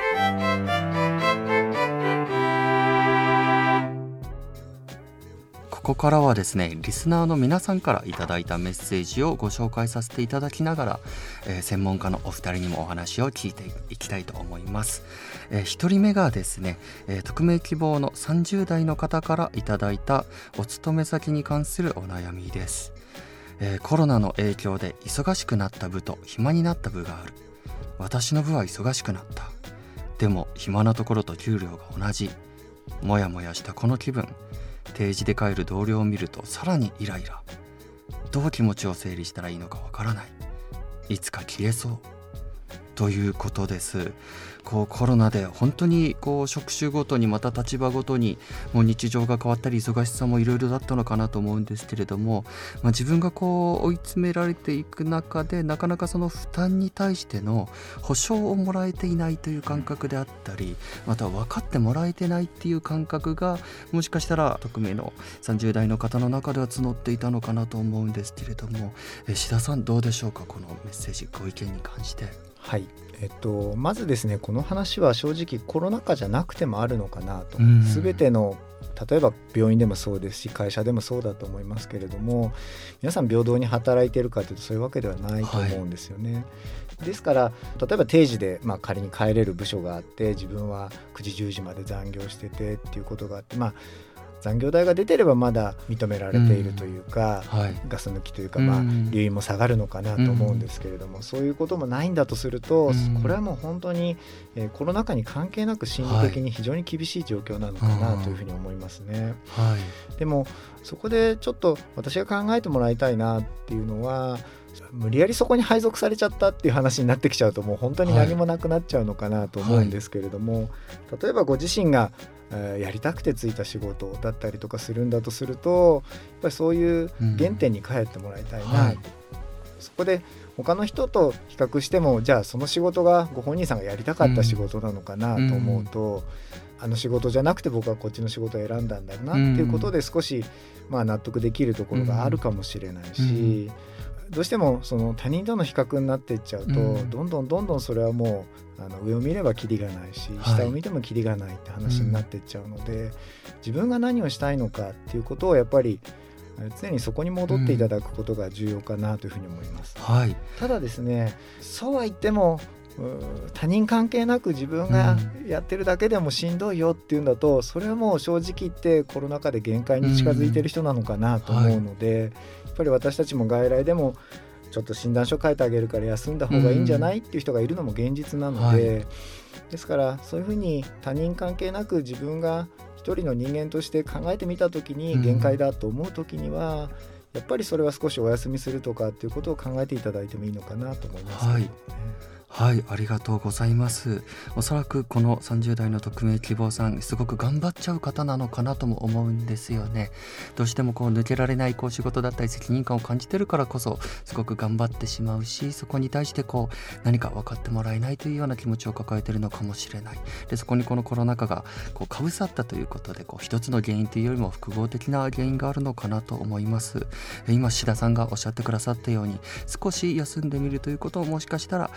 Speaker 3: ここからはですね、リスナーの皆さんからいただいたメッセージをご紹介させていただきながら、専門家のお二人にもお話を聞いていきたいと思います。一人目がですね、匿名希望の30代の方からいただいたお勤め先に関するお悩みです。コロナの影響で忙しくなった部と暇になった部がある。私の部は忙しくなった。でも暇なところと給料が同じ。もやもやしたこの気分。定時で帰る同僚を見るとさらにイライラ。どう気持ちを整理したらいいのかわからない。いつか消えそうということです。コロナで本当に職種ごとにまた立場ごとにもう日常が変わったり忙しさもいろいろだったのかなと思うんですけれども、自分が追い詰められていく中でなかなかその負担に対しての保証をもらえていないという感覚であったり、また分かってもらえてないっていう感覚がもしかしたら匿名の30代の方の中では募っていたのかなと思うんですけれども、志田さんどうでしょうか、このメッセージご意見に関して。
Speaker 5: まずですね、この話は正直コロナ禍じゃなくてもあるのかなと、全ての例えば病院でもそうですし会社でもそうだと思いますけれども、皆さん平等に働いているかというとそういうわけではないと思うんですよね。ですから例えば定時で仮に帰れる部署があって、自分は9時10時まで残業しててっていうことがあって、残業代が出てればまだ認められているというか、ガス抜きというか、留飲も下がるのかなと思うんですけれども、そういうこともないんだとすると、これはもう本当に、コロナ禍に関係なく心理的に非常に厳しい状況なのかなというふうに思いますね。でもそこでちょっと私が考えてもらいたいなっていうのは、無理やりそこに配属されちゃったっていう話になってきちゃうともう本当に何もなくなっちゃうのかなと思うんですけれども、例えばご自身がやりたくてついた仕事だったりとかするんだとすると、やっぱりそういう原点に帰ってもらいたいなと、そこで他の人と比較しても、じゃあその仕事がご本人さんがやりたかった仕事なのかなと思うと、あの仕事じゃなくて僕はこっちの仕事を選んだんだなっていうことで少し納得できるところがあるかもしれないし、どうしてもその他人との比較になっていっちゃうと、どんどんそれはもう上を見ればキリがないし、下を見てもキリがないって話になっていっちゃうので、自分が何をしたいのかっていうことをやっぱり常にそこに戻っていただくことが重要かなというふうに思います。ただですね、そうは言っても他人関係なく自分がやってるだけでもしんどいよっていうんだと、それはもう正直言ってコロナ禍で限界に近づいてる人なのかなと思うので、やっぱり私たちも外来でもちょっと診断書書いてあげるから休んだ方がいいんじゃないっていう人がいるのも現実なので、ですからそういうふうに他人関係なく自分が一人の人間として考えてみたときに限界だと思うときには、やっぱりそれは少しお休みするとかっていうことを考えていただいてもいいのかなと思いますけどね。
Speaker 3: ありがとうございます。おそらくこの30代の匿名希望さん、すごく頑張っちゃう方なのかなとも思うんですよね。どうしても抜けられない仕事だったり責任感を感じてるからこそすごく頑張ってしまうし、そこに対して何か分かってもらえないというような気持ちを抱えているのかもしれない。でそこにこのコロナ禍がかぶさったということで、一つの原因というよりも複合的な原因があるのかなと思います。今志田さんがおっしゃってくださったように、少し休んでみるということをもしかしたらそうした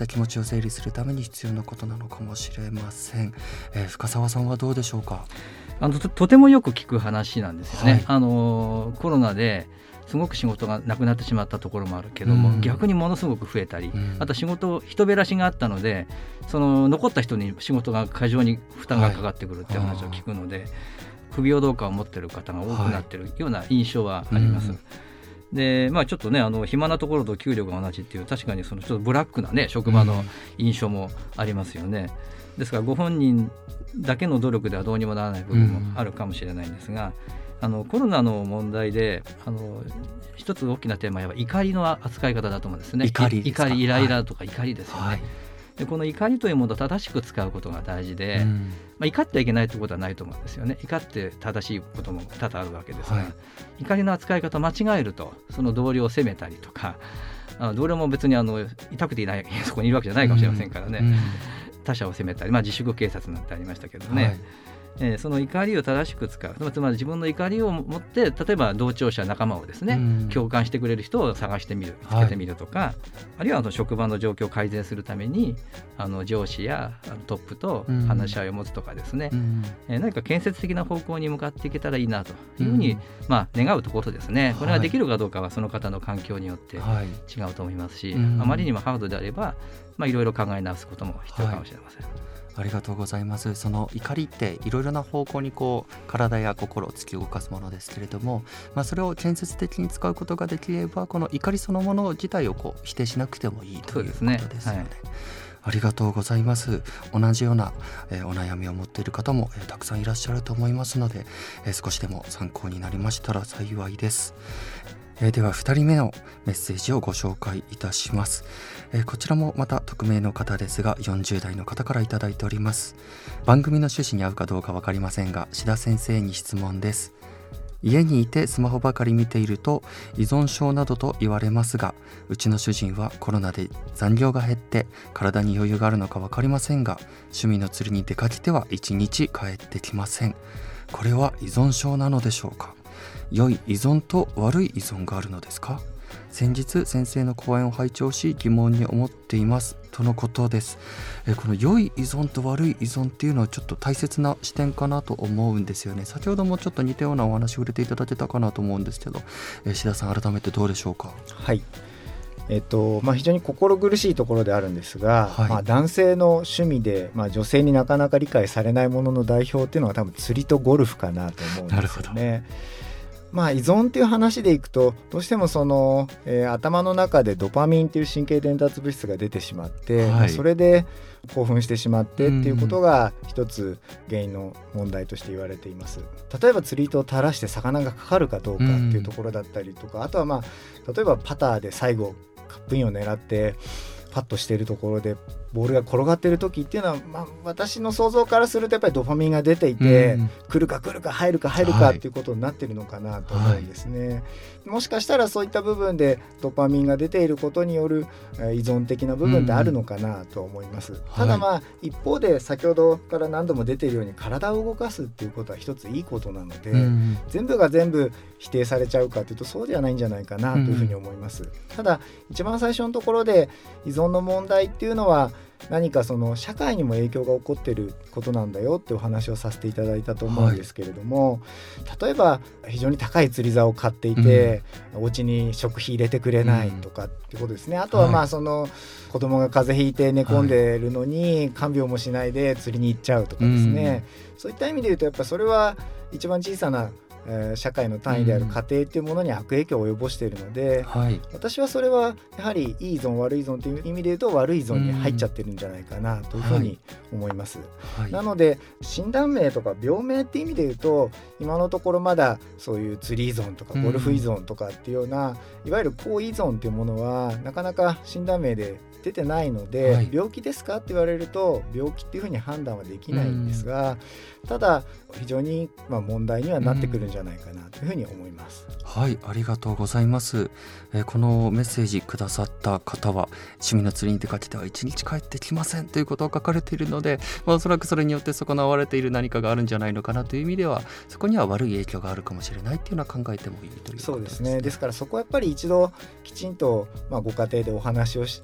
Speaker 3: 気持ちを整理するために必要なことなのかもしれません。深澤さんはどうでしょうか。
Speaker 4: とてもよく聞く話なんですよね、コロナですごく仕事がなくなってしまったところもあるけども、逆にものすごく増えたり、あと人減らしがあったので、その残った人に仕事が過剰に負担がかかってくるっていう話を聞くので、不平等感を持っている方が多くなっているような印象はあります。でちょっとね暇なところと給料が同じっていう、確かにそのちょっとブラックなね職場の印象もありますよね。ですからご本人だけの努力ではどうにもならない部分もあるかもしれないんですが、コロナの問題で一つ大きなテーマは怒りの扱い方だと思うんですね。怒りイライラとか怒りですよね、でこの怒りというものを正しく使うことが大事で、怒ってはいけないということはないと思うんですよね。怒って正しいことも多々あるわけですが、怒りの扱い方を間違えるとその同僚を責めたりとか、同僚も別に痛くていないそこにいるわけじゃないかもしれませんからね、他者を責めたり、自粛警察なんてありましたけどね、その怒りを正しく使う、つまり自分の怒りを持って例えば同調者仲間をですね、共感してくれる人を探してみる、見つけてみるとか、あるいは職場の状況を改善するために上司やトップと話し合いを持つとかですね、何か建設的な方向に向かっていけたらいいなというふうに、願うところですね。これができるかどうかはその方の環境によって違うと思いますし、あまりにもハードであればいろいろ考え直すことも必要かもしれません。
Speaker 3: ありがとうございます。その怒りっていろいろな方向に体や心を突き動かすものですけれども、それを建設的に使うことができれば、この怒りそのもの自体を否定しなくてもいいということですよね。ありがとうございます。同じような、お悩みを持っている方も、たくさんいらっしゃると思いますので、少しでも参考になりましたら幸いです。では2人目のメッセージをご紹介いたします。こちらもまた匿名の方ですが、40代の方からいただいております。番組の趣旨に合うかどうか分かりませんが、志田先生に質問です。家にいてスマホばかり見ていると依存症などと言われますが、うちの主人はコロナで残業が減って体に余裕があるのか分かりませんが、趣味の釣りに出かけては1日帰ってきません。これは依存症なのでしょうか。良い依存と悪い依存があるのですか。先日先生の講演を拝聴し疑問に思っていますとのことです。この良い依存と悪い依存っていうのはちょっと大切な視点かなと思うんですよね。先ほどもちょっと似たようなお話を触れていただけたかなと思うんですけど、志田さん改めてどうでしょうか。
Speaker 5: はい、非常に心苦しいところであるんですが、男性の趣味で、女性になかなか理解されないものの代表っていうのは多分釣りとゴルフかなと思うんですよね。依存っていう話でいくと、どうしても頭の中でドパミンっていう神経伝達物質が出てしまって、それで興奮してしまってっていうことが一つ原因の問題として言われています。例えば釣り糸を垂らして魚がかかるかどうかっていうところだったりとか、あとは例えばパターで最後カップインを狙ってパッとしているところでボールが転がっている時っていうのは、私の想像からするとやっぱりドパミンが出ていて、来るか入るかっていうことになっているのかなと思うんですね。もしかしたらそういった部分でドパミンが出ていることによる依存的な部分であるのかなと思います。ただ一方で先ほどから何度も出ているように体を動かすっていうことは一ついいことなので、全部が全部否定されちゃうかというとそうではないんじゃないかなというふうに思います。ただ一番最初のところで依存の問題っていうのは何か社会にも影響が起こっていることなんだよってお話をさせていただいたと思うんですけれども、例えば非常に高い釣り竿を買っていて、お家に食費入れてくれないとかってことですね。あとは子供が風邪ひいて寝込んでいるのに看病もしないで釣りに行っちゃうとかですね、そういった意味で言うとやっぱそれは一番小さな社会の単位である家庭というものに悪影響を及ぼしているので、私はそれはやはりいい依存悪い依存という意味で言うと悪い依存に入っちゃってるんじゃないかなというふうに思います。なので診断名とか病名っていう意味で言うと今のところまだそういう釣り依存とかゴルフ依存とかっていうような、いわゆる高依存というものはなかなか診断名で出てないので、病気ですかって言われると病気っていうふうに判断はできないんですが、ただ非常に問題にはなってくるんじゃないかなというふうに思います。
Speaker 3: はい、ありがとうございます。このメッセージくださった方は趣味の釣りに出かけては1日帰ってきませんということを書かれているので、おそらくそれによって損なわれている何かがあるんじゃないのかなという意味では、そこには悪い影響があるかもしれないっていうのは考えてもいいということですね。
Speaker 5: そうですね。ですからそこはやっぱり一度きちんとご家庭でお話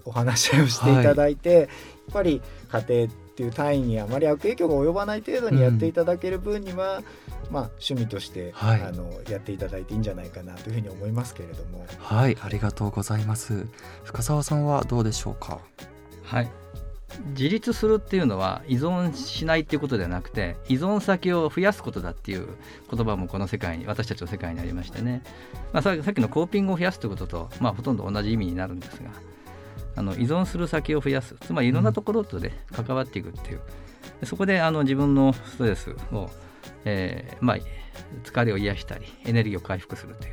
Speaker 5: し合いをしていただいて、やっぱり家庭っていう単位にあまり悪影響が及ばない程度にやっていただける分には、趣味として、やっていただいていいんじゃないかなというふうに思いますけれども。
Speaker 3: はい、ありがとうございます。深澤さんはどうでしょうか？
Speaker 4: はい、自立するっていうのは依存しないっていうことではなくて、依存先を増やすことだっていう言葉もこの世界に、私たちの世界にありましてね、さっきのコーピングを増やすということと、ほとんど同じ意味になるんですが、依存する先を増やす、つまりいろんなところとで関わっていくっていう、そこで自分のストレスを、疲れを癒したりエネルギーを回復するという、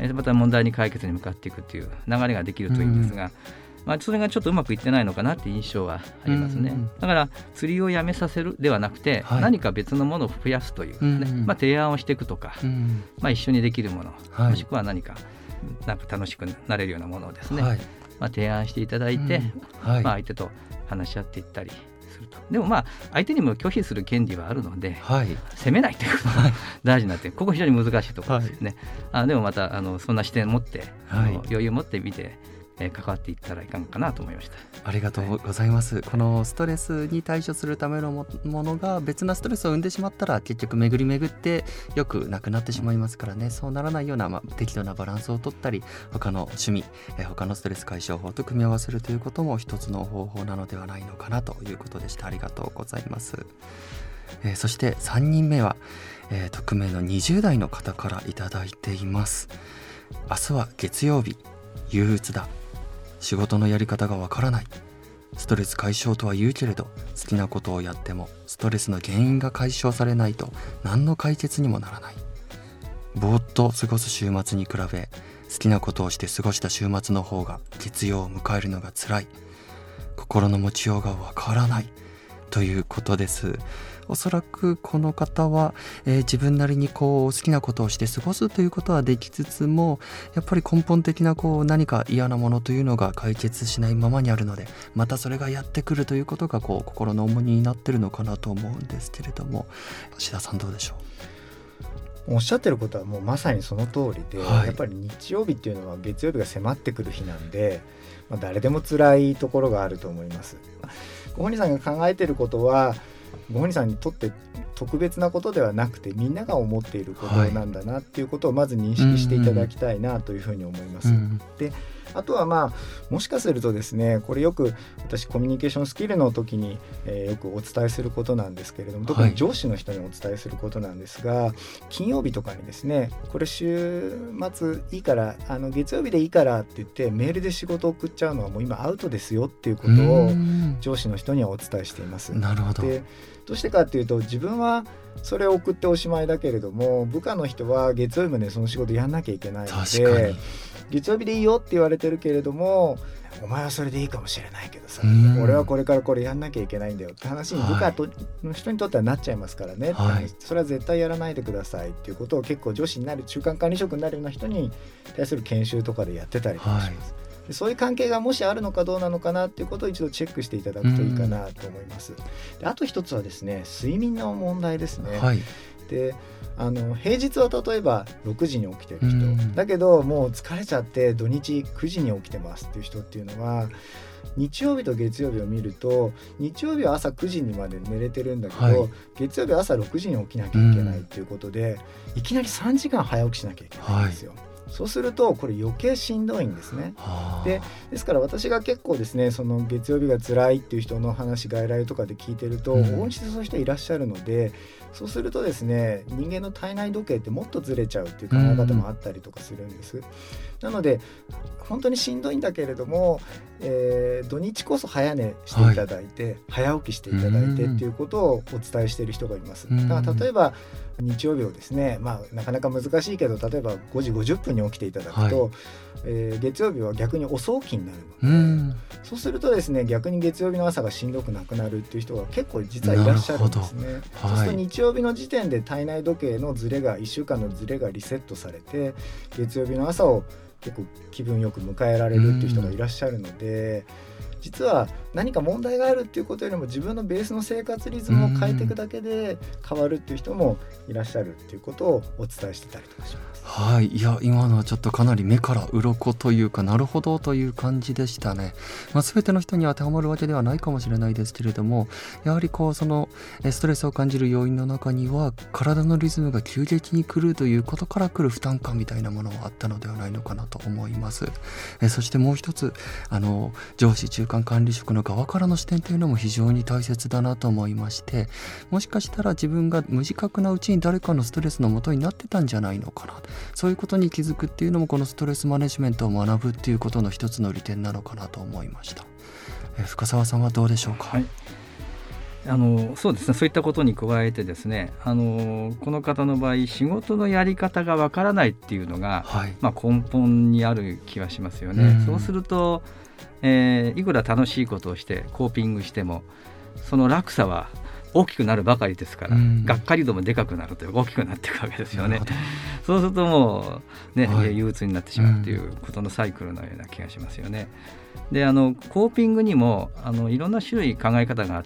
Speaker 4: また問題に解決に向かっていくという流れができるといいんですが、それがちょっとうまくいってないのかなっていう印象はありますね。だから釣りをやめさせるではなくて、何か別のものを増やすという、提案をしていくとか、一緒にできるもの、もしくは何か楽しくなれるようなものをですね、提案していただいて、相手と話し合っていったりすると。でも相手にも拒否する権利はあるので、責めないということが大事になって、ここ非常に難しいところですね。でもまたそんな視点を持って、余裕を持って見て関わっていったらいかんかなと思いました。
Speaker 3: ありがとうございます。このストレスに対処するためのものが別なストレスを生んでしまったら、結局巡り巡ってよくなくなってしまいますからね。そうならないような、適度なバランスを取ったり、他の趣味、他のストレス解消法と組み合わせるということも一つの方法なのではないのかなということでした。ありがとうございます。そして3人目は、匿名の20代の方からいただいています。明日は月曜日、憂鬱だ。仕事のやり方がわからない。ストレス解消とは言うけれど、好きなことをやってもストレスの原因が解消されないと何の解決にもならない。ぼーっと過ごす週末に比べ、好きなことをして過ごした週末の方が月曜を迎えるのが辛い。心の持ちようがわからないということです。おそらくこの方は、自分なりに好きなことをして過ごすということはできつつも、やっぱり根本的な何か嫌なものというのが解決しないままにあるので、またそれがやってくるということが心の重荷になってるのかなと思うんですけれども、志田さんどうでしょう？
Speaker 5: おっしゃってることはもうまさにその通りで、やっぱり日曜日っていうのは月曜日が迫ってくる日なんで、誰でも辛いところがあると思います。ご本人さんが考えていることはご本人さんにとって特別なことではなくて、みんなが思っていることなんだなっていうことをまず認識していただきたいなというふうに思います。で、あとはもしかするとですね、これよく私コミュニケーションスキルの時に、よくお伝えすることなんですけれども、特に上司の人にお伝えすることなんですが、金曜日とかにですね、これ週末いいから月曜日でいいからって言ってメールで仕事を送っちゃうのはもう今アウトですよっていうことを上司の人にはお伝えしています。
Speaker 3: なるほど。
Speaker 5: で、どうしてかっていうと、自分はそれを送っておしまいだけれども、部下の人は月曜日までその仕事やんなきゃいけないので、月曜日でいいよって言われてるけれども、お前はそれでいいかもしれないけどさ、俺はこれからこれやんなきゃいけないんだよって話に部下の人にとってはなっちゃいますからね、それは絶対やらないでくださいっていうことを結構上司になる、中間管理職になるような人に対する研修とかでやってたりとかします。で、そういう関係がもしあるのかどうなのかなっていうことを一度チェックしていただくといいかなと思います。で、あと一つはですね、睡眠の問題ですね。で、平日は例えば6時に起きてる人だけど、もう疲れちゃって土日9時に起きてますっていう人っていうのは、日曜日と月曜日を見ると、日曜日は朝9時にまで寝れてるんだけど、月曜日は朝6時に起きなきゃいけないっていうことで、いきなり3時間早起きしなきゃいけないんですよ。そうするとこれ余計しんどいんですね。ですから私が結構ですね、その月曜日が辛いっていう人の話、外来とかで聞いてると、大西でそういう人いらっしゃるので、そうするとですね、人間の体内時計ってもっとずれちゃうっていう考え方もあったりとかするんです。なので本当にしんどいんだけれども、土日こそ早寝していただいて、早起きしていただいてっていうことをお伝えしている人がいます。だから例えば日曜日をですね、なかなか難しいけど、例えば5時50分に起きていただくと、月曜日は逆に遅起きになるので、そうするとですね、逆に月曜日の朝がしんどくなくなるっていう人が結構実はいらっしゃるんですね。そうすると日曜日の時点で体内時計のズレが、1週間のズレがリセットされて、月曜日の朝を結構気分よく迎えられるっていう人がいらっしゃるので、実は何か問題があるっていうことよりも、自分のベースの生活リズムを変えていくだけで変わるっていう人もいらっしゃるっていうことをお伝えしてたりとかします。
Speaker 3: はい、いや今のはちょっとかなり目から鱗というか、なるほどという感じでしたね。全ての人に当てはまるわけではないかもしれないですけれども、やはりそのストレスを感じる要因の中には体のリズムが急激に狂うということから来る負担感みたいなものはあったのではないのかなと思います。そしてもう一つ上司中間管理職の側からの視点というのも非常に大切だなと思いまして、もしかしたら自分が無自覚なうちに誰かのストレスの元になってたんじゃないのかな、そういうことに気づくっていうのもこのストレスマネジメントを学ぶっていうことの一つの利点なのかなと思いました。深澤さんはどうでしょうか。
Speaker 4: はい、そうですね、そういったことに加えてですね、この方の場合仕事のやり方がわからないっていうのが、
Speaker 3: はい、
Speaker 4: 根本にある気はしますよね。そうすると、いくら楽しいことをしてコーピングしてもその落差は大きくなるばかりですから、がっかり度もでかくなるというか大きくなっていくわけですよね。そうするともうね、憂鬱になってしまうということのサイクルのような気がしますよね。でコーピングにもいろんな種類考え方があって、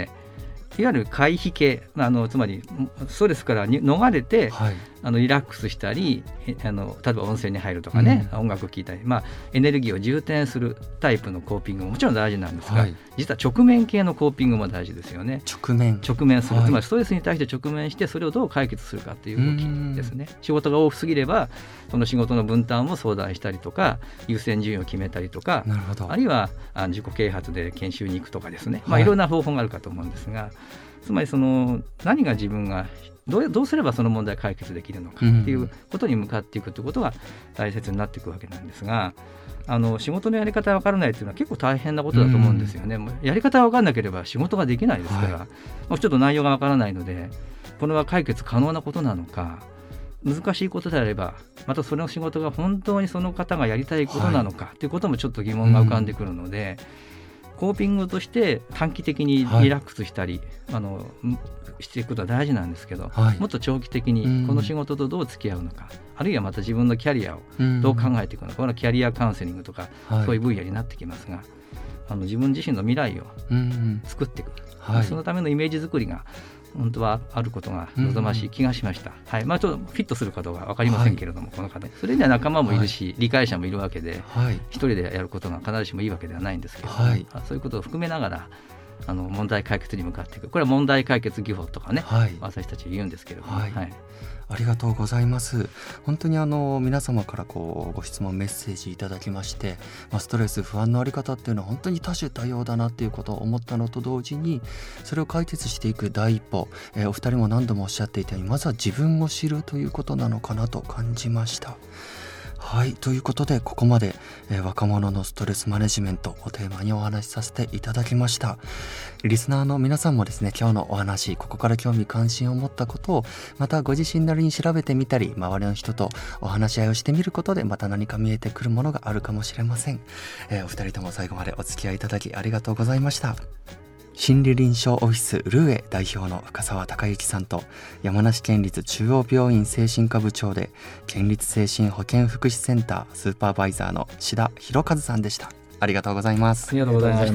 Speaker 4: いわゆる回避系、つまりストレスから逃れて、リラックスしたり例えば温泉に入るとかね、音楽を聴いたり、エネルギーを充填するタイプのコーピングももちろん大事なんですが、実は直面系のコーピングも大事ですよね。直面する、つまりストレスに対して直面してそれをどう解決するかという動きですね。仕事が多すぎればその仕事の分担を相談したりとか、優先順位を決めたりとか、あるいは自己啓発で研修に行くとかですね、いろんな方法があるかと思うんですが、つまり何が自分がどうすればその問題を解決できるのかっていうことに向かっていくということが大切になっていくわけなんですが、仕事のやり方が分からないというのは結構大変なことだと思うんですよね。やり方が分からなければ仕事ができないですから、ちょっと内容が分からないので、これは解決可能なことなのか、難しいことであればまたその仕事が本当にその方がやりたいことなのかということもちょっと疑問が浮かんでくるので、コーピングとして短期的にリラックスしたり、していくことは大事なんですけど、もっと長期的にこの仕事とどう付き合うのか、あるいはまた自分のキャリアをどう考えていくのか、これはキャリアカウンセリングとか、そういう分野になってきますが、自分自身の未来を作っていく、そのためのイメージ作りが本当はあることが望ましい気がしました。ちょっとフィットするかどうか分かりませんけれども、この方それには仲間もいるし、理解者もいるわけで、一人でやることが必ずしもいいわけではないんですけど、そういうことを含めながら問題解決に向かっていく、これは問題解決技法とかね、私たち言うんですけれども、
Speaker 3: ありがとうございます。本当に皆様からご質問メッセージいただきまして、ストレス不安のあり方っていうのは本当に多種多様だなっていうことを思ったのと同時に、それを解決していく第一歩、お二人も何度もおっしゃっていたように、まずは自分を知るということなのかなと感じました。ということでここまで、若者のストレスマネジメントをテーマにお話しさせていただきました。リスナーの皆さんもですね、今日のお話、ここから興味関心を持ったことをまたご自身なりに調べてみたり、周りの人とお話し合いをしてみることでまた何か見えてくるものがあるかもしれません。お二人とも最後までお付き合いいただきありがとうございました。心理臨床オフィスルーエ代表の深澤孝之さんと、山梨県立中央病院精神科部長で県立精神保健福祉センタースーパーバイザーの志田博和さんでした。ありがとうございます。
Speaker 4: ありがとうございました。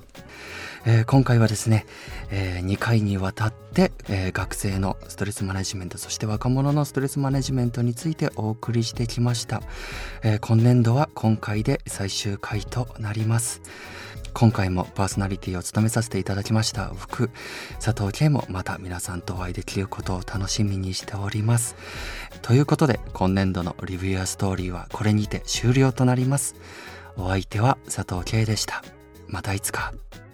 Speaker 3: 今回はですね、2回にわたって、学生のストレスマネジメント、そして若者のストレスマネジメントについてお送りしてきました。今年度は今回で最終回となります。今回もパーソナリティを務めさせていただきました僕、佐藤圭もまた皆さんとお会いできることを楽しみにしております。ということで今年度のリビューアストーリーはこれにて終了となります。お相手は佐藤圭でした。またいつか。